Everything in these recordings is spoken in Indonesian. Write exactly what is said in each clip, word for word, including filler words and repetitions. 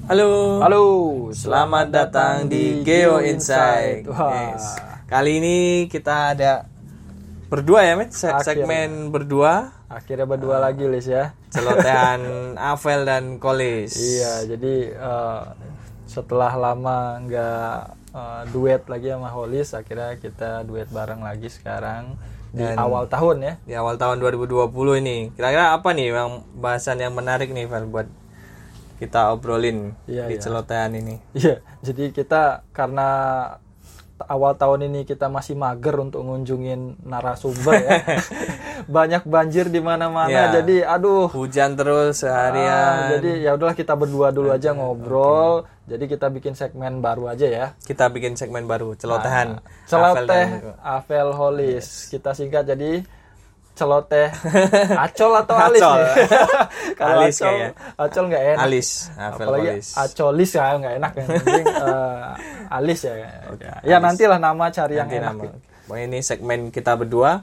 Halo. Halo, Selamat datang di Geo Insight. Yes. Kali ini kita ada berdua ya, Met? Se- segmen berdua. Akhirnya berdua uh, lagi, Lis ya. Celotehan Avel dan Kolis. Iya, jadi uh, setelah lama nggak uh, duet lagi sama Holis, akhirnya kita duet bareng lagi sekarang di dan awal tahun ya. Di awal tahun dua ribu dua puluh ini. Kira-kira apa nih yang bahasan yang menarik nih, Vel, buat kita obrolin iya, di iya. celotehan ini. Iya, jadi kita karena awal tahun ini kita masih mager untuk ngunjungin narasumber ya. Banyak banjir di mana-mana, ya. Jadi aduh, hujan terus seharian. Ah, jadi ya udahlah kita berdua dulu aja ngobrol. Okay. Jadi kita bikin segmen baru aja ya. Kita bikin segmen baru, celotehan. Nah, celoteh Avel Holis. Yes. Kita singkat jadi celoteh acol atau alis acol. Nih? Kalau alis acol, ya. Acol nggak enak. Alis. Apalagi acolis ya nggak enak. Yang penting uh, alis ya. Okay. Ya alis. Nantilah nama cari Nanti yang enak. Nama. Ini segmen kita berdua.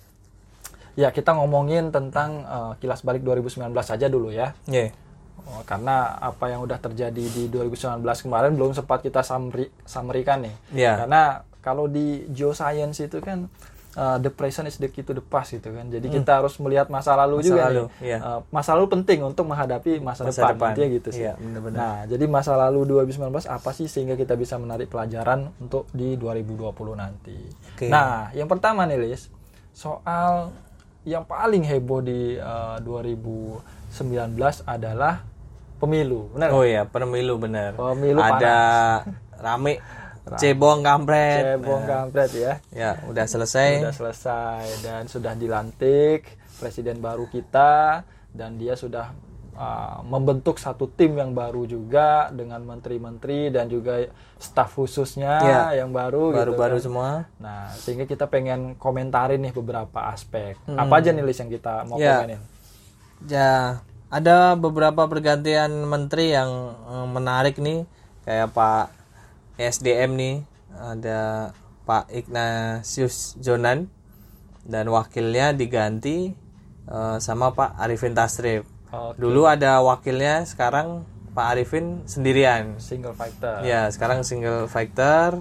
Ya kita ngomongin tentang uh, kilas balik dua ribu sembilan belas saja dulu ya. Iya. Yeah. Oh, karena apa yang udah terjadi di dua ribu sembilan belas kemarin belum sempat kita summary, summary-kan nih. Iya. Yeah. Karena kalau di geoscience itu kan Uh, the present is the key to the past gitu kan. Jadi hmm. kita harus melihat masa lalu masa juga lalu, nih. Iya. Uh, masa lalu penting untuk menghadapi masa, masa depan, depan. Intinya gitu sih. Iya, benar-benar. Nah, jadi masa lalu dua ribu sembilan belas apa sih sehingga kita bisa menarik pelajaran untuk di dua ribu dua puluh nanti. Okay. Nah, yang pertama nih Lis, soal yang paling heboh di uh, dua ribu sembilan belas adalah pemilu. Benar? Oh iya, pemilu benar. Pemilu ada rame cebong kampret. Cebong nah. kampret ya. Ya, udah selesai. Sudah selesai dan sudah dilantik presiden baru kita dan dia sudah uh, membentuk satu tim yang baru juga dengan menteri-menteri dan juga staf khususnya ya, yang baru baru-baru gitu kan. Semua. Nah, sehingga kita pengen komentarin nih beberapa aspek. Hmm. Apa aja nih Lis yang kita mau ya. komenin? Ya, ada beberapa pergantian menteri yang um, menarik nih, kayak Pak S D M nih, ada Pak Ignatius Jonan dan wakilnya diganti uh, sama Pak Arifin Tasrif. Okay. Dulu ada wakilnya, sekarang Pak Arifin sendirian. Single fighter. Ya, sekarang single fighter.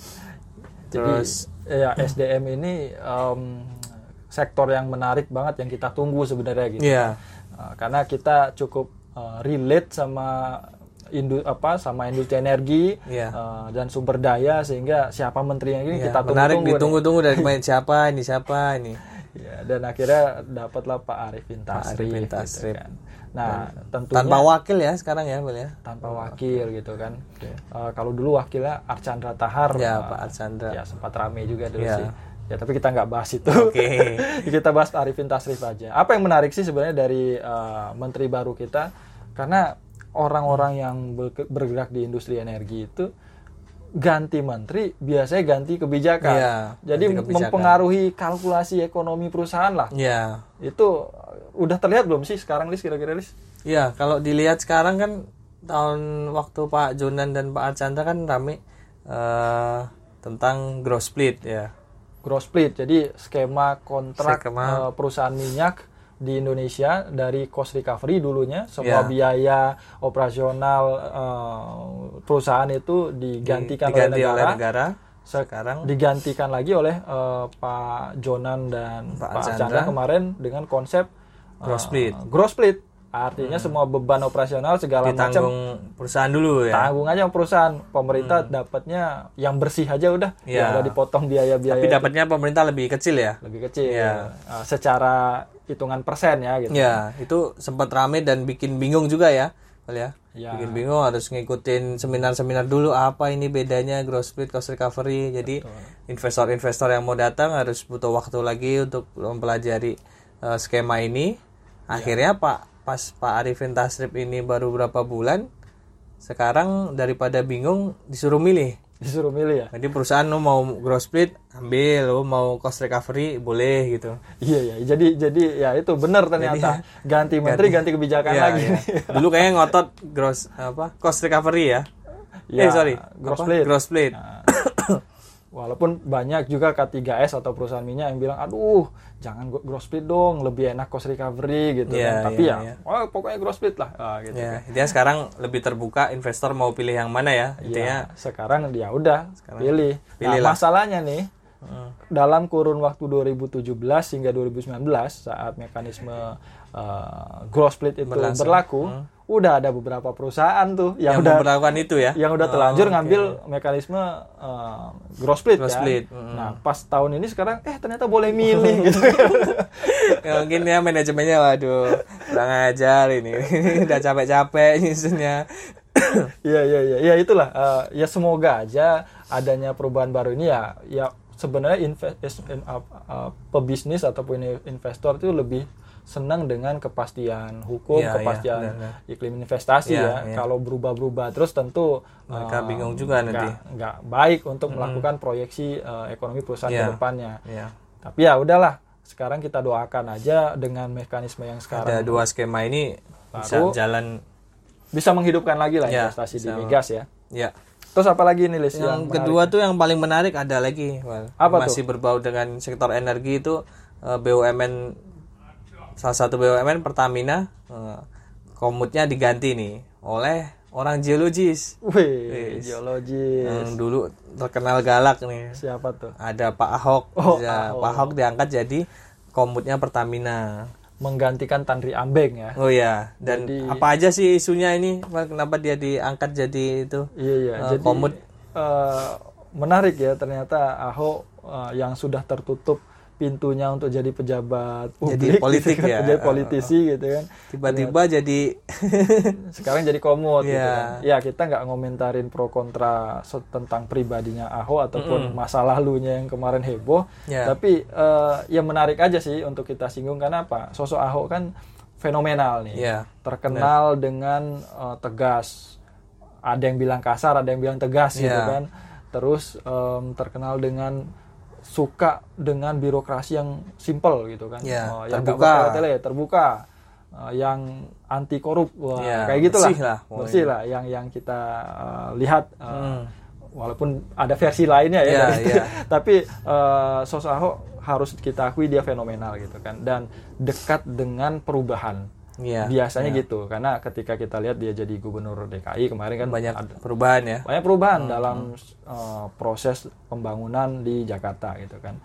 Terus jadi, ya S D M ini um, sektor yang menarik banget yang kita tunggu sebenarnya gitu. Yeah. Uh, karena kita cukup uh, relate sama Indu, apa sama industri energi yeah. uh, dan sumber daya, sehingga siapa menterinya ini yeah. kita tunggu-tunggu. Menarik, ditunggu-tunggu dari kemarin siapa ini siapa ini. Ya, dan akhirnya dapatlah Pak Arifin Tasrif. Arifin Tasrif. Gitu kan. Nah, dan tentunya tanpa wakil ya sekarang ya, Bel ya. Tanpa wakil gitu kan. Okay. Uh, kalau dulu wakilnya Archandra Tahar. Ya, uh, Pak Archandra. Ya, sempat ramai juga dulu yeah. sih. Ya, tapi kita nggak bahas itu. Oke. Okay. Kita bahas Arifin Tasrif aja. Apa yang menarik sih sebenarnya dari uh, menteri baru kita? Karena orang-orang yang bergerak di industri energi itu ganti menteri biasanya ganti kebijakan. Ya, jadi ganti kebijakan. Mempengaruhi kalkulasi ekonomi perusahaan lah. Ya. Itu udah terlihat belum sih sekarang Lis, kira-kira Lis? Ya, kalau dilihat sekarang kan tahun waktu Pak Jonan dan Pak Archandra kan rame uh, tentang growth split ya. Growth split, jadi skema kontrak skema. Uh, perusahaan minyak di Indonesia dari cost recovery dulunya, semua yeah. biaya operasional uh, perusahaan itu digantikan Diganti oleh negara. Oleh negara. Sekarang digantikan lagi oleh uh, Pak Jonan dan Pak, Pak Archandra kemarin dengan konsep uh, growth split. Growth split. Artinya hmm. semua beban operasional segala macam ditanggung perusahaan dulu ya. Tanggung aja perusahaan. Pemerintah hmm. dapatnya yang bersih aja udah. Ya. Yang udah dipotong biaya-biaya. Tapi dapatnya pemerintah lebih kecil ya. Lebih kecil. Ya. Uh, secara hitungan persen ya gitu. Ya, itu sempat rame dan bikin bingung juga ya. Ya. Ya. Bikin bingung, harus ngikutin seminar-seminar dulu apa ini bedanya growth split, cost recovery. Jadi betul. Investor-investor yang mau datang harus butuh waktu lagi untuk mempelajari uh, skema ini. Akhirnya ya. Pak pas Pak Arifin Tasrif ini baru berapa bulan, sekarang daripada bingung disuruh milih. Disuruh milih ya. Jadi perusahaan lo mau growth split ambil, lo mau cost recovery boleh gitu. Iya ya. Jadi jadi ya itu benar ternyata. Jadi, ganti menteri ganti, ganti kebijakan ya, lagi. Ya. Dulu kayaknya ngotot gross apa cost recovery ya. Ya eh sorry, growth apa? split. Growth split. Nah. Walaupun banyak juga K tiga S atau perusahaan minyak yang bilang, aduh jangan growth split dong, lebih enak cost recovery gitu yeah, kan. Tapi yeah, ya, yeah. oh pokoknya growth split lah. Ah, gitu yeah, kan. Intinya sekarang lebih terbuka, investor mau pilih yang mana ya? Intinya ya, sekarang dia udah sekarang pilih. pilih nah lah. Masalahnya nih, hmm. dalam kurun waktu dua ribu tujuh belas hingga dua ribu sembilan belas saat mekanisme uh, growth split itu Berlangsung. berlaku, hmm. udah ada beberapa perusahaan tuh yang, yang udah memperlakukan itu ya, yang udah terlanjur oh, okay. ngambil mekanisme uh, growth split growth kan. Split. Hmm. Nah pas tahun ini sekarang eh ternyata boleh milih gitu. Ya, mungkin ya manajemennya waduh kurang ajar ini, udah capek-capek nyusunnya. Iya iya iya ya itulah uh, ya semoga aja adanya perubahan baru ini ya ya sebenarnya invest, in, uh, uh, pebisnis ataupun investor itu lebih senang dengan kepastian hukum, ya, kepastian ya, benar, iklim investasi ya. ya, ya. Kalau berubah-berubah terus tentu mereka uh, bingung juga gak, nanti. Nggak baik untuk hmm. melakukan proyeksi uh, ekonomi perusahaan ya. ke depannya. Ya. Tapi ya udahlah, sekarang kita doakan aja dengan mekanisme yang sekarang. Ada dua skema ini bisa jalan, bisa menghidupkan lagi lah ya, investasi di migas ya. Ya. Terus apa lagi nih Lis? Yang, yang kedua tuh yang paling menarik ada lagi, well, apa masih tuh? berbau dengan sektor energi itu uh, B U M N. Salah satu B U M N Pertamina uh, komutnya diganti nih oleh orang geologis. Wih, geologis. Yang dulu terkenal galak nih. Siapa tuh? Ada Pak Ahok. Oh, ya, Ahok. Pak Ahok diangkat jadi komutnya Pertamina. Menggantikan Tanri Ambeng ya. Oh iya. Dan jadi, apa aja sih isunya ini? Kenapa dia diangkat jadi itu? Iya iya. Uh, jadi komut. Uh, menarik ya ternyata Ahok uh, yang sudah tertutup pintunya untuk jadi pejabat publik, jadi politik gitu kan, ya, jadi politisi uh, gitu kan, tiba-tiba ya, jadi sekarang jadi komut, yeah. gitu kan. Ya kita nggak ngomentarin pro kontra tentang pribadinya Ahok ataupun mm-hmm. masa lalunya yang kemarin heboh, yeah. tapi uh, yang menarik aja sih untuk kita singgung karena apa? Sosok Ahok kan fenomenal nih, yeah. terkenal Bener. dengan uh, tegas, ada yang bilang kasar, ada yang bilang tegas, yeah. gitu kan, terus um, terkenal dengan suka dengan birokrasi yang simple gitu kan, ya, oh, yang terbuka, tele terbuka, uh, yang anti korup, wah ya, kayak gitulah, bersih lah, bersih lah, yang yang kita uh, lihat, uh, hmm. walaupun ada versi lainnya ya, ya, gitu. ya. Tapi uh, sosok Ahok harus kita akui dia fenomenal gitu kan, dan dekat dengan perubahan. Ya, biasanya ya. gitu, karena ketika kita lihat dia jadi gubernur D K I kemarin kan banyak ada perubahan ya, banyak perubahan hmm. dalam uh, proses pembangunan di Jakarta gitu kan.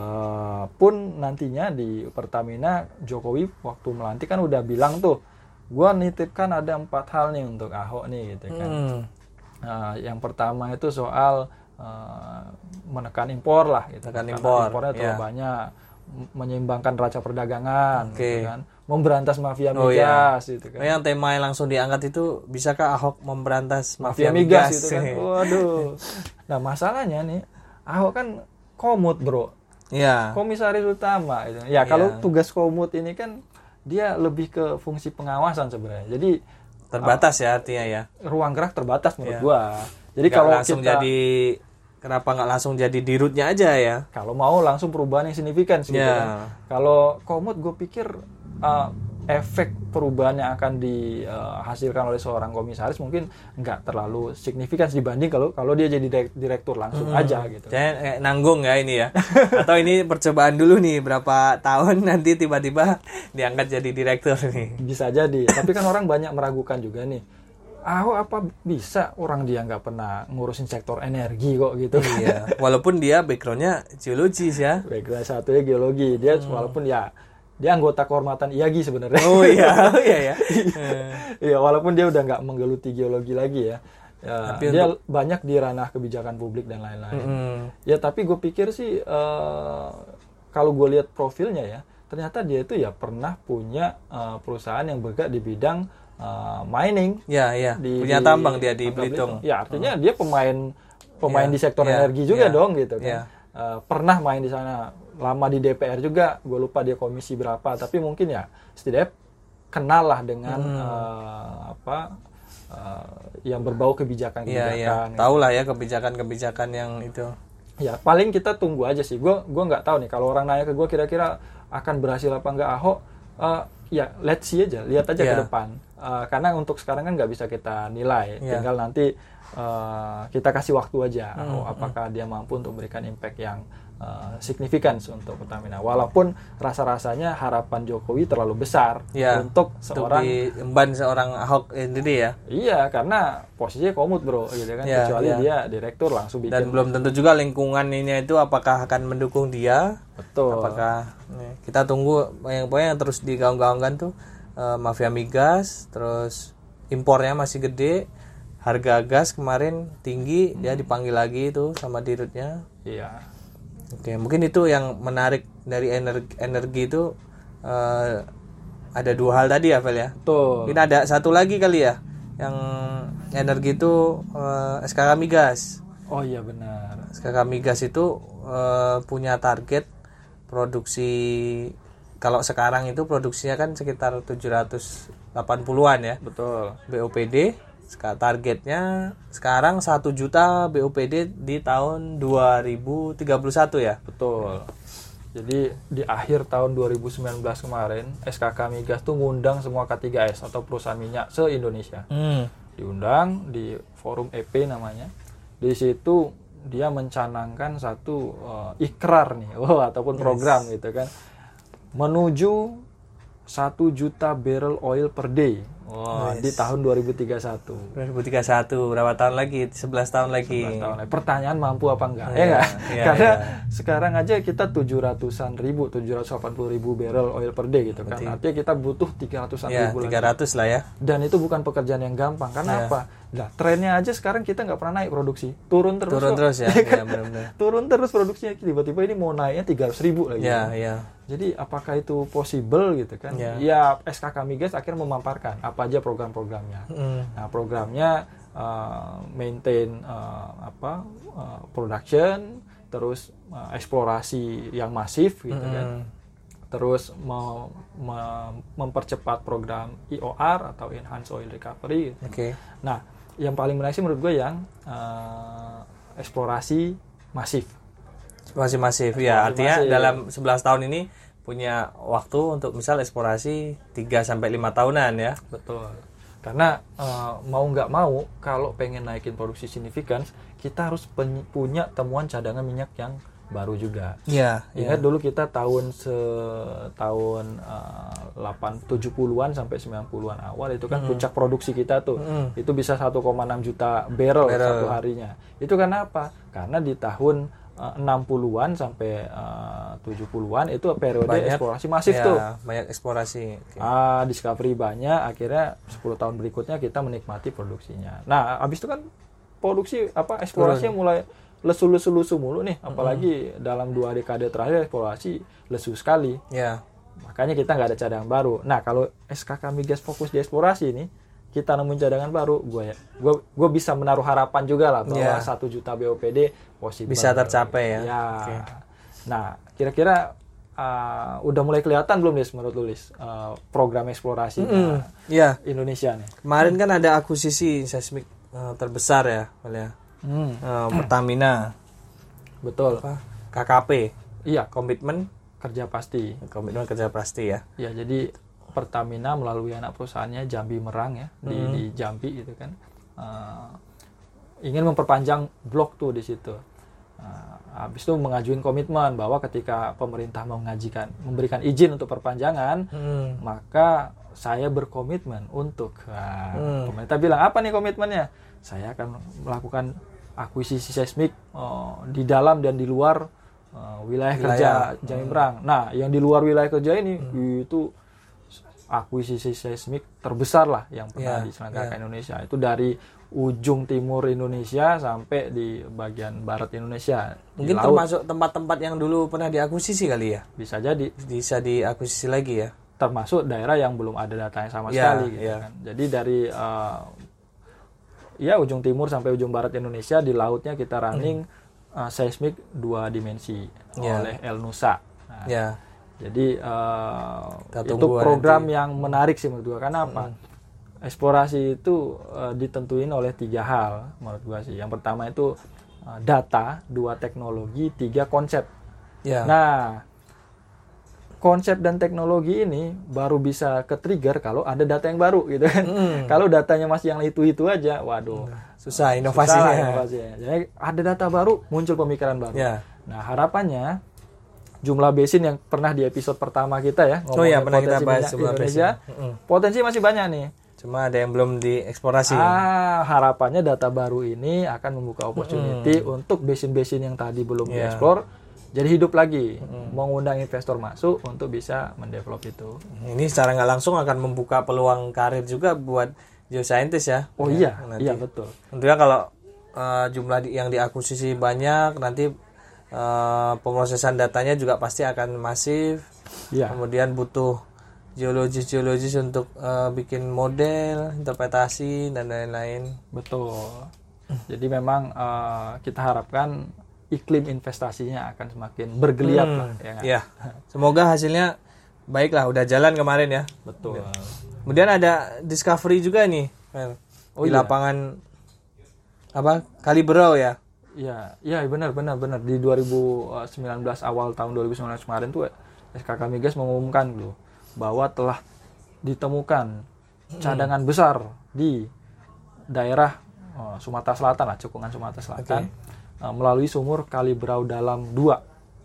Uh, pun nantinya di Pertamina Jokowi waktu melantik kan udah bilang tuh, gua nitipkan ada empat hal nih untuk Ahok nih gitu kan. Hmm. Uh, yang pertama itu soal uh, menekan impor lah, gitu. Menekan impor, impornya terlalu yeah. banyak, menyeimbangkan neraca perdagangan, okay. gitu kan. Memberantas mafia migas, oh, iya. gitu kan. Oh, yang tema yang langsung diangkat itu, bisakah Ahok memberantas mafia, mafia, mafia migas, migas gitu kan. Waduh. Nah masalahnya nih, Ahok kan komut bro, ya. komisaris utama. Gitu. Ya kalau ya. tugas komut ini kan dia lebih ke fungsi pengawasan sebenarnya. Jadi terbatas uh, ya artinya ya. Ruang gerak terbatas menurut ya. gua. Jadi nggak kalau langsung kita jadi kenapa nggak langsung jadi dirutnya aja ya? Kalau mau langsung perubahan yang signifikan gitu ya. kan. Kalau komut gue pikir uh, efek perubahan yang akan dihasilkan uh, oleh seorang komisaris mungkin nggak terlalu signifikan dibanding kalau kalau dia jadi direktur langsung hmm. aja gitu. Jadi kayak nanggung ya ini ya. Atau ini percobaan dulu nih berapa tahun nanti tiba-tiba diangkat jadi direktur nih. Bisa jadi. Tapi kan orang banyak meragukan juga nih. Ahok apa bisa orang dia nggak pernah ngurusin sektor energi kok gitu. Iya. Walaupun dia backgroundnya geologis ya. Background satunya geologi. Dia hmm. walaupun ya dia anggota kehormatan I A G I sebenarnya. Oh iya, oh iya ya. Iya, walaupun dia udah nggak menggeluti geologi lagi ya. Ya tapi dia untuk... banyak di ranah kebijakan publik dan lain-lain. Mm-hmm. Ya tapi gue pikir sih uh, kalau gue lihat profilnya ya, ternyata dia itu ya pernah punya uh, perusahaan yang bergerak di bidang Uh, mining, ya, ya. Di, punya tambang dia di Belitung. Belitung. Ya artinya hmm. dia pemain pemain ya, di sektor ya, energi juga ya, dong gitu kan. Ya. Uh, pernah main di sana, lama di D P R juga. Gue lupa dia komisi berapa, tapi mungkin ya setidaknya kenal lah dengan hmm. uh, apa uh, yang berbau kebijakan-kebijakan. Ya, ya. Tahu lah ya kebijakan-kebijakan yang itu. Ya paling kita tunggu aja sih. Gue gue nggak tahu nih kalau orang nanya ke gue kira-kira akan berhasil apa enggak Ahok. Uh, ya let's see aja, lihat aja yeah. ke depan. Uh, karena untuk sekarang kan nggak bisa kita nilai, yeah. tinggal nanti uh, kita kasih waktu aja, mm, oh, apakah mm. dia mampu untuk memberikan impact yang uh, signifikan untuk Pertamina. Walaupun rasa-rasanya harapan Jokowi terlalu besar yeah. untuk seorang emban seorang Ahok ini ya. Iya, karena posisinya komut bro, gitu kan. Yeah, kecuali yeah. dia direktur langsung bikin. Dan belum tentu juga lingkungan ini itu apakah akan mendukung dia. Betul. Apakah nih, kita tunggu yang pokoknya yang terus digaung-gaungkan tuh uh, mafia migas, terus impornya masih gede, harga gas kemarin tinggi, hmm. dia dipanggil lagi itu sama dirutnya. Iya. Oke, mungkin itu yang menarik dari energi, energi itu uh, ada dua hal tadi ya, Vel ya. Betul. Mungkin ada satu lagi kali ya, yang energi itu uh, S K K Migas. Oh iya benar. S K K Migas itu uh, punya target produksi, kalau sekarang itu produksinya kan sekitar tujuh ratus delapan puluhan ya. Betul. B O P D targetnya sekarang satu juta B O P D di tahun dua ribu tiga puluh satu ya. Betul. Jadi di akhir tahun dua ribu sembilan belas kemarin S K K Migas tuh ngundang semua K tiga S atau perusahaan minyak se-Indonesia. Hmm. Diundang di forum E P namanya. Di situ dia mencanangkan satu uh, ikrar nih, oh, ataupun program yes. gitu kan, menuju satu juta barrel oil per day. Wow, yes. Di tahun dua ribu tiga puluh satu. dua ribu tiga puluh satu, berapa tahun lagi? sebelas tahun lagi. sebelas tahun lagi. Pertanyaan mampu apa enggak? Yeah, ya enggak? Yeah, Karena yeah. sekarang aja kita tujuh ratusan ribu, tujuh ratus delapan puluh ribu barrel oil per day gitu kan. Artinya kita butuh tiga ratusan yeah, ribu tiga ratus lagi. lah ya. Dan itu bukan pekerjaan yang gampang. Karena yeah. apa? Nah, trennya aja sekarang kita nggak pernah naik produksi. Turun terus. Turun kok. terus ya. ya benar-benar. Turun terus produksinya. Tiba-tiba ini mau naiknya tiga ratus ribu lagi. Yeah, yeah. Jadi apakah itu possible gitu kan? Yeah. Ya S K K Migas akhirnya memaparkan apa aja program-programnya. Mm. Nah programnya uh, maintain uh, apa uh, production, terus uh, eksplorasi yang masif gitu mm. kan. Terus me- me- mempercepat program E O R atau Enhanced Oil Recovery. Gitu. Oke. Okay. Nah yang paling menarik sih menurut gue yang uh, eksplorasi masif. Masih masif ya, artinya masif. Dalam sebelas tahun ini punya waktu untuk misal eksplorasi tiga sampai lima tahunan ya. Betul. Karena uh, mau nggak mau kalau pengen naikin produksi signifikan, kita harus pen- punya temuan cadangan minyak yang baru juga. Iya. Ingat ya. dulu kita tahun se tahun uh, delapan tujuh puluhan sampai sembilan puluhan awal itu kan mm. puncak produksi kita tuh. Mm. Itu bisa satu koma enam juta barrel, barrel satu harinya. Itu karena apa? Karena di tahun enam puluhan sampai uh, tujuh puluhan itu periode banyak, eksplorasi masif ya, tuh. Banyak eksplorasi. Okay. Ah, discovery banyak, akhirnya sepuluh tahun berikutnya kita menikmati produksinya. Nah, habis itu kan produksi apa eksplorasinya mulai lesu-lesu-lesu mulu nih, apalagi mm-hmm. dalam dua dekade terakhir eksplorasi lesu sekali. Ya. Makanya kita nggak ada cadangan baru. Nah, kalau S K K Migas fokus di eksplorasi ini, kita nemuin cadangan baru, gue ya, gue gue bisa menaruh harapan juga lah bahwa satu yeah. juta B O P D possible. Bisa tercapai ya. ya. Okay. Nah, kira-kira uh, udah mulai kelihatan belum Lis menurut lu Lis uh, program eksplorasi mm-hmm. yeah. Indonesia nih? Kemarin kan ada akuisisi seismik uh, terbesar ya, ya. Hmm. Uh, Pertamina. Betul. Apa? K K P. Iya. Komitmen kerja pasti. Komitmen kerja pasti ya. Ya, jadi Pertamina melalui anak perusahaannya Jambi Merang ya di, hmm. di Jambi gitu kan uh, ingin memperpanjang blok tuh di situ. Uh, habis itu mengajuin komitmen bahwa ketika pemerintah mengajikan memberikan izin untuk perpanjangan, hmm. maka saya berkomitmen untuk uh, hmm. pemerintah bilang apa nih komitmennya? Saya akan melakukan akuisisi seismik uh, di dalam dan di luar uh, wilayah, wilayah kerja Jambi hmm. Merang. Nah, yang di luar wilayah kerja ini hmm. itu akuisisi seismik terbesar lah yang pernah yeah, diselenggarakan yeah. Indonesia. Itu dari ujung timur Indonesia sampai di bagian barat Indonesia. Mungkin termasuk tempat-tempat yang dulu pernah diakuisisi kali ya? Bisa jadi. Bisa diakuisisi lagi ya? Termasuk daerah yang belum ada datanya sama yeah, sekali. Gitu yeah. kan. Jadi dari uh, ya ujung timur sampai ujung barat Indonesia di lautnya kita running mm. uh, seismik dua dimensi yeah. oleh El Nusa. Nah, yeah. Jadi uh, itu program nanti. Yang menarik sih menurut gua. Karena apa? Hmm. Eksplorasi itu uh, ditentuin oleh tiga hal menurut gua sih. Yang pertama itu uh, data, dua teknologi, tiga konsep. Yeah. Nah, konsep dan teknologi ini baru bisa ke-trigger kalau ada data yang baru gitu kan. Hmm. Kalau datanya masih yang itu-itu aja, waduh. Susah inovasinya. Susah inovasinya. Jadi ada data baru, muncul pemikiran baru. Ya. Nah, harapannya jumlah basin yang pernah di episode pertama kita ya, oh iya, pernah kita bahas jumlah Indonesia, basin. Potensi masih banyak nih. Cuma ada yang belum dieksplorasi. Ah, harapannya data baru ini akan membuka opportunity hmm. untuk basin-basin yang tadi belum yeah. dieksplor jadi hidup lagi, hmm. mengundang investor masuk untuk bisa mendevelop itu. Ini secara nggak langsung akan membuka peluang karir juga buat geoscientist ya. Oh ya, iya, nanti. iya betul. Tentunya kalau uh, jumlah di, yang diakuisisi banyak, nanti uh, pemrosesan datanya juga pasti akan masif. Iya. Kemudian butuh geologis-geologis untuk uh, bikin model, interpretasi dan lain-lain. Betul. Jadi memang uh, kita harapkan iklim investasinya akan semakin bergeliat hmm, lah. Ya, kan? Ya. Semoga hasilnya baik lah. Udah jalan kemarin ya. Betul. Kemudian ada discovery juga nih. Oh, di iya. lapangan apa? Kaliberau ya. Iya, iya benar benar benar di dua ribu sembilan belas awal tahun dua ribu sembilan belas kemarin tuh S K K Migas mengumumkan loh bahwa telah ditemukan cadangan hmm. besar di daerah oh, Sumatera Selatan lah, cekungan Sumatera Selatan okay. uh, melalui sumur Kaliberau Dalam dua.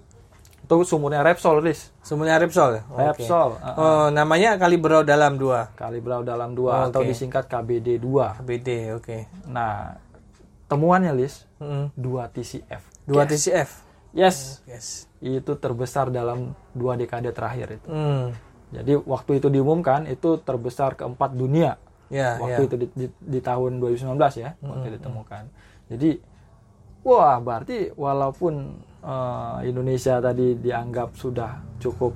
Itu sumurnya Repsol, Riz. Sumurnya Repsol. Repsol. Okay. Uh, uh. Oh, namanya Kaliberau Dalam dua. Kaliberau Dalam dua oh, atau okay. disingkat K B D dua. K B D, oke. Okay. Nah, temuannya, Liz, mm-hmm. dua T C F. dua T C F. Yes. Yes. Itu terbesar dalam dua dekade terakhir itu. Mm. Jadi waktu itu diumumkan itu terbesar keempat dunia. Yeah, waktu yeah. itu di, di, di tahun dua ribu sembilan belas ya, mm-hmm. waktu ditemukan. Jadi wah, berarti walaupun uh, Indonesia tadi dianggap sudah cukup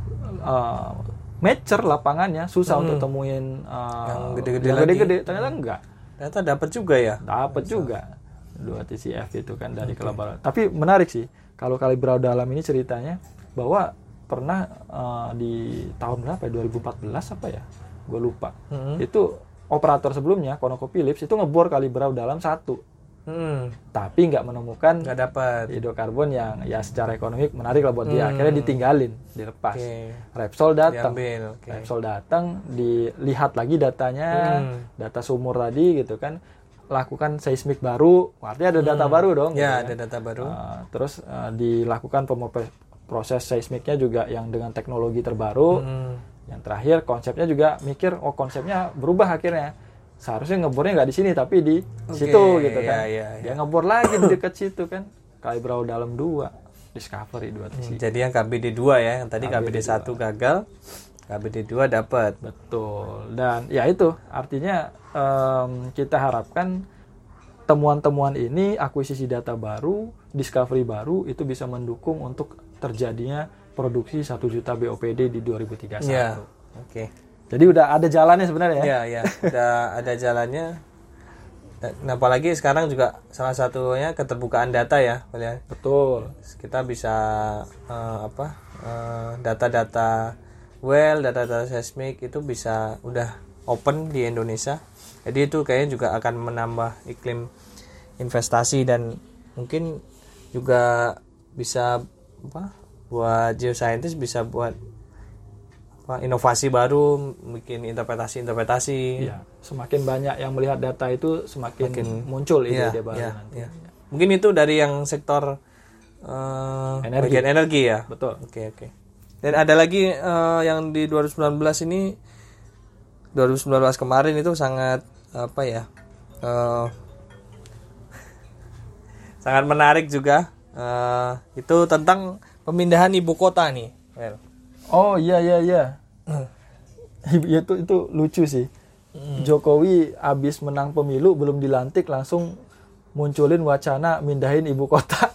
uh, mature lapangannya, susah mm. untuk temuin uh, yang gede-gede yang lagi. Gede-gede, ternyata enggak. Ternyata dapat juga ya. Dapat juga. dua T C F itu kan dari okay. Kaliberau. Tapi menarik sih kalau Kaliberau Dalam ini ceritanya bahwa pernah uh, di tahun berapa ya? dua ribu empat belas apa ya? Gue lupa. Mm-hmm. Itu operator sebelumnya ConocoPhillips itu ngebor Kaliberau Dalam satu. Hmm. Tapi nggak menemukan nggak dapat hidrokarbon yang ya secara ekonomi menarik lah buat hmm. dia. Akhirnya ditinggalin, dilepas. Okay. Repsol datang, okay. Repsol datang, dilihat lagi datanya, hmm. data sumur tadi gitu kan, lakukan seismik baru, artinya ada data hmm. baru dong. Ya, gitu ada kan? data baru. Uh, terus uh, dilakukan pemopes proses seismiknya juga yang dengan teknologi terbaru. Hmm. Yang terakhir konsepnya juga mikir, oh konsepnya berubah akhirnya. Seharusnya ngebornya nggak di sini tapi di okay, situ gitu kan. Ya, ya, ya. Dia ngebor lagi di dekat situ kan. Kaliberau Dalam dua, Discovery dua T C. Hmm, jadi yang K B D dua ya, yang tadi K B D satu gagal, K B D dua dapat. Betul. Dan ya itu artinya um, kita harapkan temuan-temuan ini, akuisisi data baru, discovery baru itu bisa mendukung untuk terjadinya produksi satu juta B O P D di dua ribu tiga puluh satu. Ya, oke. Okay. Jadi udah ada jalannya sebenarnya ya? Iya, iya. Udah ada jalannya. Nah, apalagi sekarang juga salah satunya keterbukaan data ya. Betul. Kita bisa uh, apa uh, data-data well, data-data seismik itu bisa udah open di Indonesia. Jadi itu kayaknya juga akan menambah iklim investasi dan mungkin juga bisa apa buat geoscientist bisa buat inovasi baru, bikin interpretasi-interpretasi. Ya, semakin banyak yang melihat data itu semakin Makin, muncul ide-ide ya, baru ya, nanti. Ya. Mungkin itu dari yang sektor uh, energi. bagian energi ya. Betul. Oke, okay, oke. Okay. Dan ada lagi uh, yang di dua ribu sembilan belas ini, dua ribu sembilan belas kemarin itu sangat apa ya? Uh, sangat menarik juga. Uh, itu tentang pemindahan ibu kota nih. Well. Oh iya iya iya. itu itu lucu sih. Hmm. Jokowi abis menang pemilu belum dilantik langsung munculin wacana mindahin ibu kota.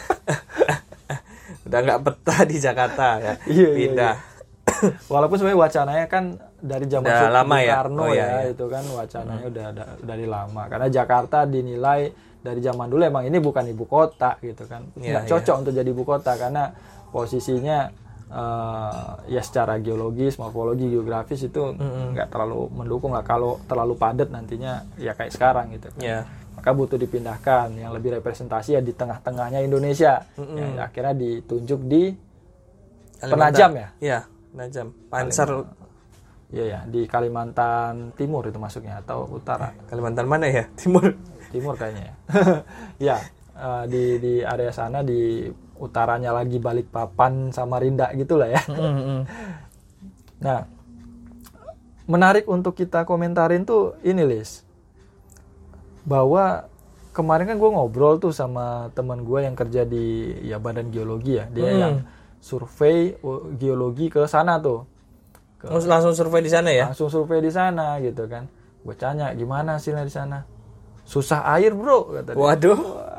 Udah nggak betah di Jakarta ya. Iya, pindah. Iya, iya. Walaupun sebenarnya wacananya kan dari zaman Bung Karno ya, oh, iya, ya iya. itu kan wacananya hmm. udah dari lama. Karena Jakarta dinilai dari zaman dulu emang ini bukan ibu kota gitu kan. Nggak yeah, cocok yeah. untuk jadi ibu kota karena posisinya Uh, ya secara geologis, morfologi, geografis itu mm-hmm. nggak terlalu mendukung lah. Kalau terlalu padat nantinya ya kayak sekarang gitu kan. Yeah. Maka butuh dipindahkan yang lebih representasi ya di tengah-tengahnya Indonesia. Mm-hmm. Ya, akhirnya ditunjuk di Penajam ya? Iya, Penajam. Panser. Iya ya, di Kalimantan Timur itu masuknya atau utara? Kalimantan mana ya? Timur. Timur kayaknya ya. Ya, uh, di di area sana di utaranya lagi Balikpapan, Samarinda gitulah ya. Mm-hmm. Nah, menarik untuk kita komentarin tuh ini, Lis. Bahwa kemarin kan gue ngobrol tuh sama teman gue yang kerja di ya Badan Geologi ya. Dia hmm. yang survei geologi ke sana tuh. Ke, langsung survei di sana ya? Langsung survei di sana gitu kan. Gue tanya gimana hasilnya di sana. Susah air, Bro, kata dia. Waduh.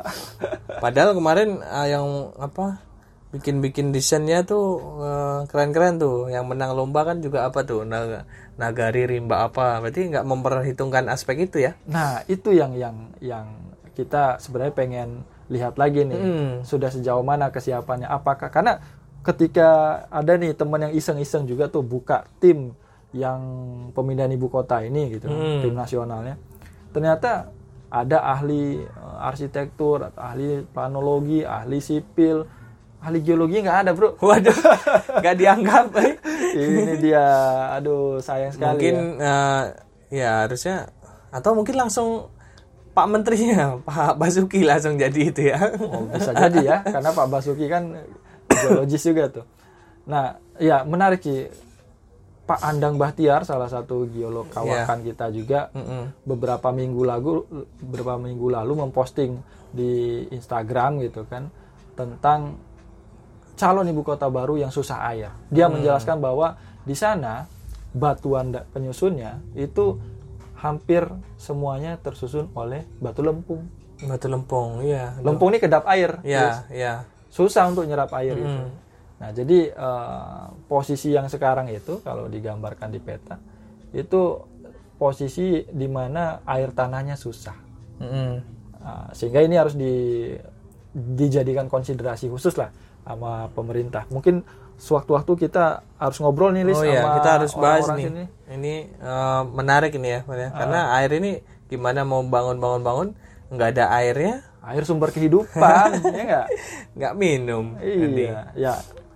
Padahal kemarin uh, yang apa? Bikin-bikin desainnya tuh uh, keren-keren tuh. Yang menang lomba kan juga apa tuh? Naga, Nagari Rimba apa? Berarti nggak memperhitungkan aspek itu ya? Nah, itu yang yang yang kita sebenarnya pengen lihat lagi nih. Hmm. Sudah sejauh mana kesiapannya? Apakah karena ketika ada nih teman yang iseng-iseng juga tuh buka tim yang pemindahan ibu kota ini gitu, hmm. tim nasionalnya. Ternyata ada ahli uh, arsitektur, ahli planologi, ahli sipil, ahli geologi nggak ada, Bro. Waduh, nggak dianggap. Ini dia, aduh sayang sekali. Mungkin ya. Uh, ya harusnya atau mungkin langsung Pak Menterinya, Pak Basuki langsung jadi itu ya. Oh, bisa jadi ya, karena Pak Basuki kan geologis juga tuh. Nah, ya menarik sih. Pak Andang Bahtiar, salah satu geolog kawakan yeah. kita juga, mm-hmm. beberapa minggu lalu, beberapa minggu lalu memposting di Instagram gitu kan tentang calon ibu kota baru yang susah air. Dia mm. menjelaskan bahwa di sana batuan penyusunnya itu hampir semuanya tersusun oleh batu lempung. Batu lempung, iya. Lempung ini kedap air. Iya, iya. Susah untuk nyerap air mm. itu. Nah, jadi uh, posisi yang sekarang itu kalau digambarkan di peta itu posisi di mana air tanahnya susah. Mm. Uh, sehingga ini harus di, dijadikan konsiderasi khusus lah sama pemerintah. Mungkin sewaktu-waktu kita harus ngobrol nih, Lis, oh, sama iya, kita harus bahas nih. Sini. Ini uh, menarik ini ya, uh. karena air ini gimana mau bangun-bangun-bangun nggak ada airnya. Air sumber kehidupan, ya nggak? Nggak minum. Iya, ya.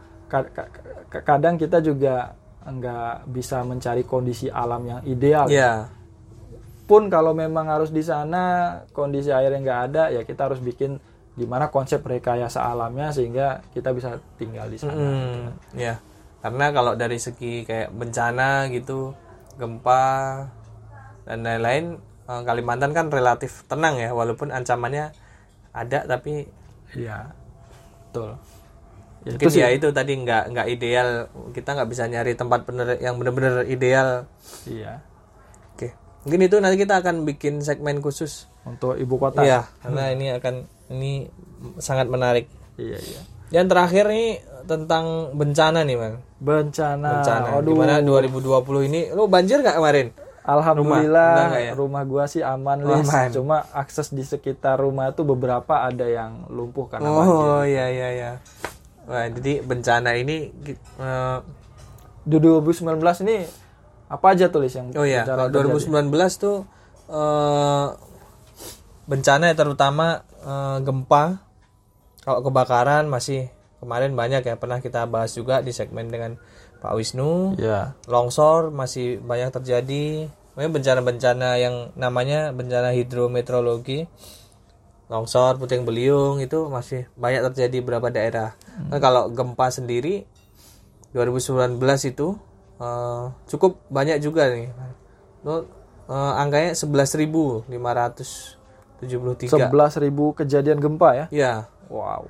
Kadang kita juga nggak bisa mencari kondisi alam yang ideal. Yeah. Pun kalau memang harus di sana kondisi air yang nggak ada, ya kita harus bikin gimana konsep rekayasa alamnya sehingga kita bisa tinggal di sana. Mm, gitu. Ya, karena kalau dari segi kayak bencana gitu, gempa dan lain-lain, Kalimantan kan relatif tenang ya, walaupun ancamannya ada, tapi iya, betul. Ya, mungkin itu ya itu tadi nggak nggak ideal, kita nggak bisa nyari tempat bener yang benar-benar ideal. Iya. Oke, mungkin itu nanti kita akan bikin segmen khusus untuk ibu kota. Iya, karena hmm. ini akan ini sangat menarik. Iya iya. Yang terakhir nih tentang bencana nih, Bang. Bencana. Bencana. Gimana dua ribu dua puluh ini? Lo banjir nggak kemarin? Alhamdulillah rumah, ya? rumah gua sih aman, oh, Lis. Aman. Cuma akses di sekitar rumah itu beberapa ada yang lumpuh karena oh, banjir. Oh iya iya iya. Wah, jadi bencana ini uh, di dua ribu sembilan belas ini apa aja tuh, Lis, yang oh iya, kalau dua ribu sembilan belas tuh uh, bencana ya, terutama uh, gempa. Kalau kebakaran masih kemarin banyak ya, pernah kita bahas juga di segmen dengan Pak Wisnu. Yeah. Longsor masih banyak terjadi. Bencana-bencana yang namanya bencana hidrometeorologi, longsor, puting beliung itu masih banyak terjadi di beberapa daerah. Hmm. Nah, kalau gempa sendiri dua ribu sembilan belas itu uh, cukup banyak juga nih. Uh, angkanya sebelas ribu lima ratus tujuh puluh tiga. sebelas ribu kejadian gempa ya? Ya. Wow.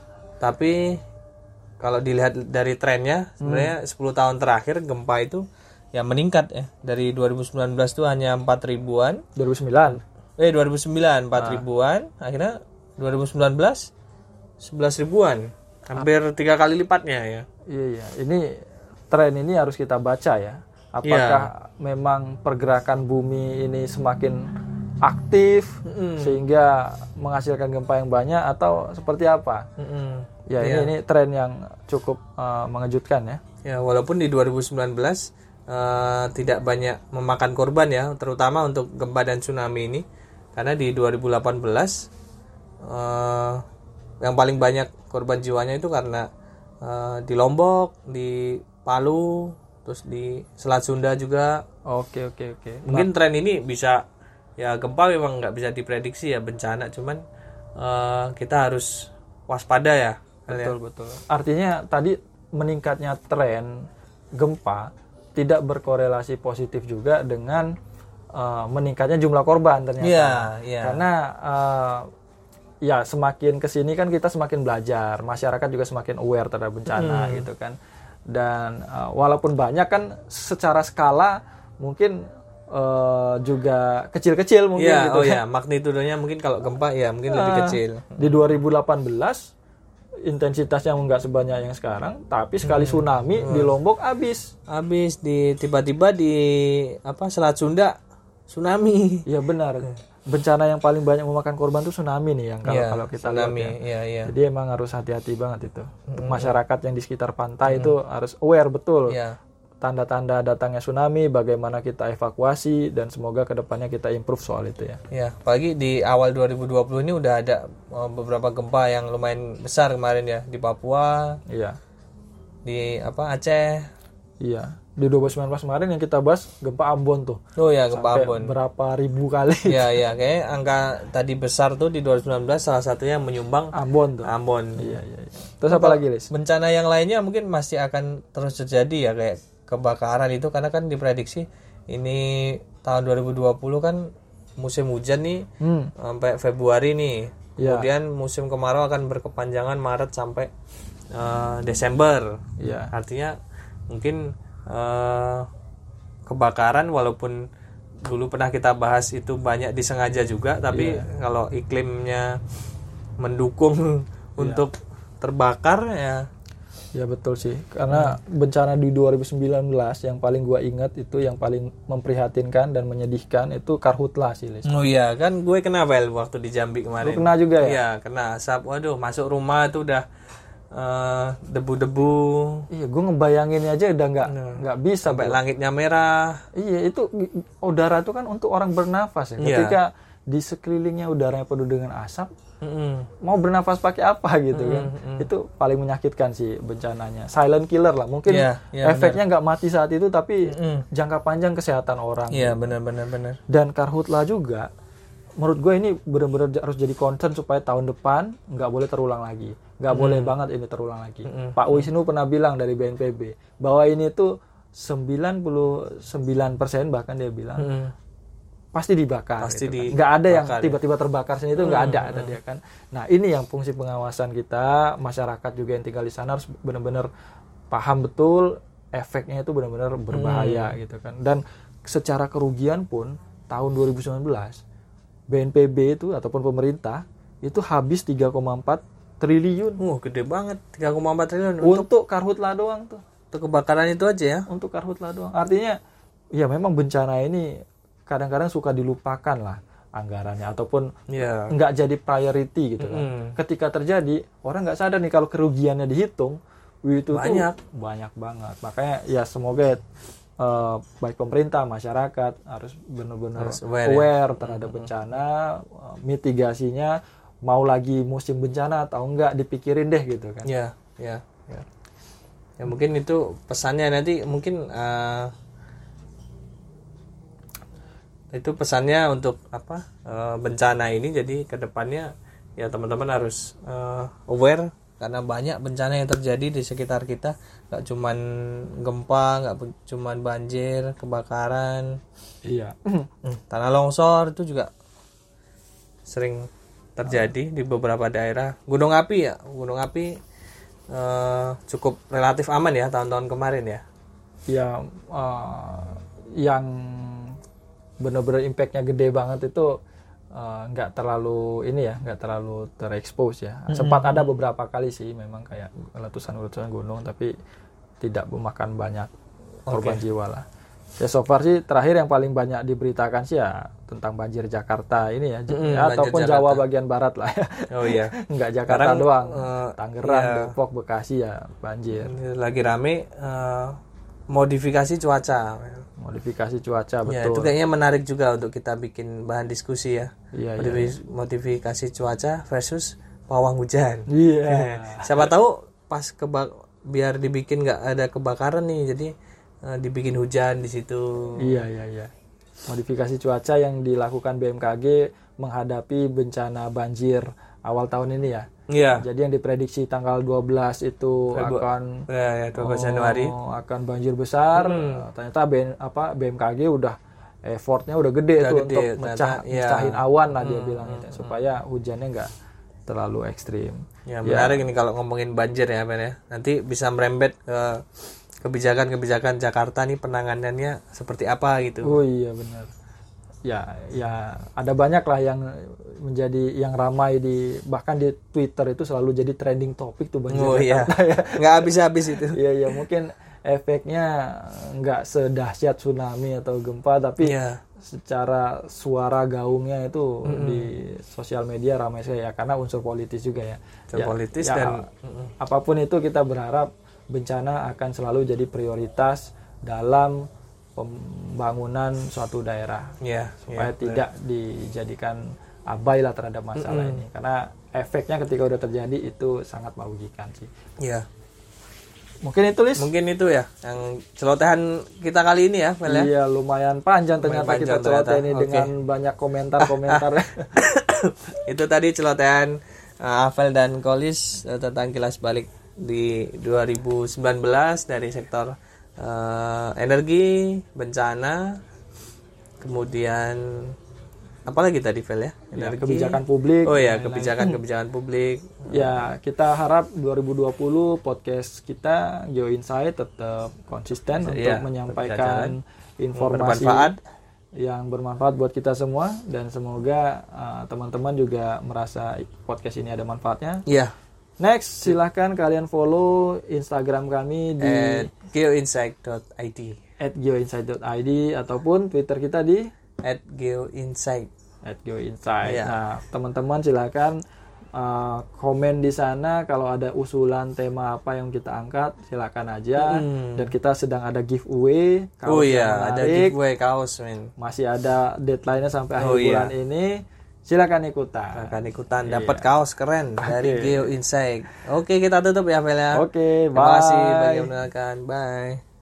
Tapi kalau dilihat dari trennya sebenarnya hmm. sepuluh tahun terakhir gempa itu ya meningkat ya. Dari dua ribu sembilan belas itu hanya empat ribuan. dua ribu sembilan Eh dua ribu sembilan empat ribuan, akhirnya dua ribu sembilan belas sebelas ribuan. Hampir ah. tiga kali lipatnya ya. Iya iya. Ini tren ini harus kita baca ya. Apakah yeah. memang pergerakan bumi ini semakin aktif mm. sehingga menghasilkan gempa yang banyak atau seperti apa? Mm-hmm. Ya ini yeah. ini tren yang cukup uh, mengejutkan ya. Ya walaupun di dua ribu sembilan belas uh, tidak banyak memakan korban ya, terutama untuk gempa dan tsunami ini. Karena di dua ribu delapan belas uh, yang paling banyak korban jiwanya itu karena uh, di Lombok, di Palu, terus di Selat Sunda juga. Oke oke oke. Mungkin tren ini bisa, ya gempa memang nggak bisa diprediksi ya bencana, cuman uh, kita harus waspada ya. Betul betul. Artinya tadi meningkatnya tren gempa tidak berkorelasi positif juga dengan uh, meningkatnya jumlah korban ternyata. Iya, iya. Karena uh, ya semakin kesini kan kita semakin belajar, masyarakat juga semakin aware terhadap bencana hmm. gitu kan. Dan uh, walaupun banyak kan secara skala mungkin uh, juga kecil-kecil mungkin ya, gitu oh kan. ya, magnitudenya mungkin kalau gempa ya mungkin uh, lebih kecil. Di dua ribu delapan belas intensitasnya nggak sebanyak yang sekarang, tapi sekali tsunami hmm. di Lombok habis. Habis di tiba-tiba di apa Selat Sunda tsunami. Iya benar. Bencana yang paling banyak memakan korban tuh tsunami nih yang kalau ya, kalau kita tsunami, lihat ya. Ya, ya. Jadi emang harus hati-hati banget itu. Untuk masyarakat yang di sekitar pantai hmm. itu harus aware betul. Ya. Tanda-tanda datangnya tsunami, bagaimana kita evakuasi, dan semoga kedepannya kita improve soal itu ya. Ya, apalagi di awal dua ribu dua puluh ini udah ada uh, beberapa gempa yang lumayan besar kemarin ya di Papua. Iya. Di apa Aceh. Iya. Di dua ribu sembilan belas kemarin yang kita bahas gempa Ambon tuh. Oh ya, gempa sampai Ambon. Berapa ribu kali. Iya, iya, kayaknya angka tadi besar tuh di dua ribu sembilan belas salah satunya menyumbang Ambon tuh. Ambon. Iya, iya, iya. Terus apa lagi, Lis? Bencana yang lainnya mungkin masih akan terus terjadi ya, kayak kebakaran itu, karena kan diprediksi ini tahun dua ribu dua puluh kan musim hujan nih hmm. sampai Februari nih. Ya. Kemudian musim kemarau akan berkepanjangan Maret sampai uh, Desember. Ya. Artinya mungkin uh, kebakaran walaupun dulu pernah kita bahas itu banyak disengaja juga, tapi ya. Kalau iklimnya mendukung ya. Untuk terbakar ya. Ya betul sih, karena hmm. bencana di dua ribu sembilan belas yang paling gua ingat itu yang paling memprihatinkan dan menyedihkan itu Karhutla sih, Lis. Oh iya, kan gue kena Vel waktu di Jambi kemarin. Lu kena juga ya? Iya, kena asap. Waduh, masuk rumah itu udah uh, debu-debu. Iya, gue ngebayanginnya aja udah nggak nggak hmm. bisa. Sampai bro. Langitnya merah. Iya, itu udara itu kan untuk orang bernafas ya. Ketika yeah. di sekelilingnya udaranya penuh dengan asap, mm-hmm. mau bernafas pakai apa gitu kan. Mm-hmm. Itu paling menyakitkan sih bencananya. Silent killer lah. Mungkin yeah, yeah, efeknya nggak mati saat itu, tapi mm-hmm. jangka panjang kesehatan orang. Iya, yeah, benar-benar benar. Dan Karhutla juga menurut gue ini benar-benar harus jadi concern supaya tahun depan nggak boleh terulang lagi. Nggak mm. boleh banget ini terulang lagi. Mm-hmm. Pak Wisnu pernah bilang dari B N P B bahwa ini tuh sembilan puluh sembilan persen bahkan dia bilang mm. pasti dibakar. Pasti gitu di kan. Nggak ada yang bakar, tiba-tiba terbakar sini itu nggak mm. ada tadi ya kan. Nah ini yang fungsi pengawasan kita, masyarakat juga yang tinggal di sana harus benar-benar paham betul efeknya itu benar-benar berbahaya mm. gitu kan. Dan secara kerugian pun tahun dua ribu sembilan belas B N P B itu ataupun pemerintah itu habis tiga koma empat triliun. Uh, gede banget, tiga koma empat triliun untuk, untuk Karhutla doang tuh. Untuk kebakaran itu aja ya. Untuk Karhutla doang. Artinya ya memang bencana ini kadang-kadang suka dilupakan lah anggarannya ataupun yeah. nggak jadi priority gitu kan. Mm. Ketika terjadi orang nggak sadar nih kalau kerugiannya dihitung, itu banyak tuh banyak banget. Makanya ya semoga Uh, baik pemerintah, masyarakat harus benar-benar harus aware, aware ya. terhadap mm-hmm. bencana, uh, mitigasinya, mau lagi musim bencana atau enggak dipikirin deh gitu kan. Ya, ya, ya. Ya mungkin itu pesannya nanti mungkin uh, itu pesannya untuk apa uh, bencana ini. Jadi kedepannya ya teman-teman harus uh, aware. Karena banyak bencana yang terjadi di sekitar kita, nggak cuman gempa, nggak cuman banjir, kebakaran, iya, tanah longsor itu juga sering terjadi di beberapa daerah. Gunung api ya, gunung api eh, cukup relatif aman ya tahun-tahun kemarin ya. Ya, uh, yang benar-benar impactnya gede banget itu nggak uh, terlalu ini ya, nggak terlalu terekspos ya. Mm-hmm. Sempat ada beberapa kali sih memang kayak letusan-letusan gunung, tapi tidak memakan banyak korban okay. jiwa lah. Ya so far sih terakhir yang paling banyak diberitakan sih ya tentang banjir Jakarta ini ya, mm, ya ataupun Jakarta. Jawa bagian barat lah ya. Oh iya. Nggak Jakarta Sekarang, doang, uh, Tangerang, iya. Depok, Bekasi ya banjir. Lagi rame uh, modifikasi cuaca. Modifikasi cuaca betul. Ya, itu kayaknya menarik juga untuk kita bikin bahan diskusi ya. Iya, Modif- iya. Modifikasi cuaca versus pawang hujan. Iya. Siapa tahu pas keba- biar dibikin nggak ada kebakaran nih, jadi uh, dibikin hujan di situ. Iya iya iya. Modifikasi cuaca yang dilakukan B M K G menghadapi bencana banjir awal tahun ini ya. Iya. Jadi yang diprediksi tanggal dua belas itu Febru- akan ya, ya, dua belas Januari. oh, akan banjir besar. Hmm. Ternyata B, apa B M K G udah effortnya udah gede Udah tuh gede, untuk ternyata, mecah iya. mecahin awan lah dia Hmm, bilang hmm, itu supaya hujannya nggak terlalu ekstrim. Ya menarik ini kalau ngomongin banjir ya Ben ya. Nanti bisa merembet ke kebijakan-kebijakan Jakarta nih penanganannya seperti apa gitu. Oh iya benar. Ya ya ada banyak lah yang menjadi yang ramai di bahkan di Twitter itu selalu jadi trending topik tuh banjir Oh iya. Jakarta ya. Nggak habis-habis itu. Iya iya mungkin efeknya nggak sedahsyat tsunami atau gempa tapi Iya. secara suara gaungnya itu mm-hmm. di sosial media ramai sekali ya karena unsur politis juga ya. Unsur ya, politis ya, dan apapun itu kita berharap bencana akan selalu jadi prioritas dalam pembangunan suatu daerah ya, supaya ya, tidak bener. dijadikan abai lah terhadap masalah mm-hmm. ini karena efeknya ketika udah terjadi itu sangat merugikan sih. Iya. Mungkin itu Lis. Mungkin itu ya yang celotehan kita kali ini ya, Mel ya. Iya, lumayan panjang ternyata lumayan kita celoteh ini okay. dengan banyak komentar-komentar. Itu tadi celotehan uh, Afel dan Kolis uh, tentang kilas balik di dua ribu sembilan belas dari sektor uh, energi, bencana, kemudian apa lagi tadi Vel ya? Energi, ya, kebijakan publik. Oh ya, kebijakan-kebijakan publik. Ya, kita harap dua ribu dua puluh podcast kita Geo Insight tetap konsisten ya, untuk menyampaikan informasi bermanfaat. yang bermanfaat buat kita semua dan semoga uh, teman-teman juga merasa podcast ini ada manfaatnya. Iya. Next, silahkan kalian follow Instagram kami di at geoinsight dot i d at geoinsight dot i d ataupun Twitter kita di at geoinsight at geoinsight. Yeah. Nah, teman-teman silakan uh, komen di sana kalau ada usulan tema apa yang kita angkat, silakan aja. Hmm. Dan kita sedang ada giveaway. Oh iya, ada giveaway kaos, men. Masih ada deadline-nya sampai oh, akhir iya. bulan ini. Silakan ikutan. Silakan ikutan, dapat iya. kaos keren okay. dari Geo Insight. Oke, kita tutup ya, Vel ya. Oke, bye. Terima kasih bagi yang menonton. Bye.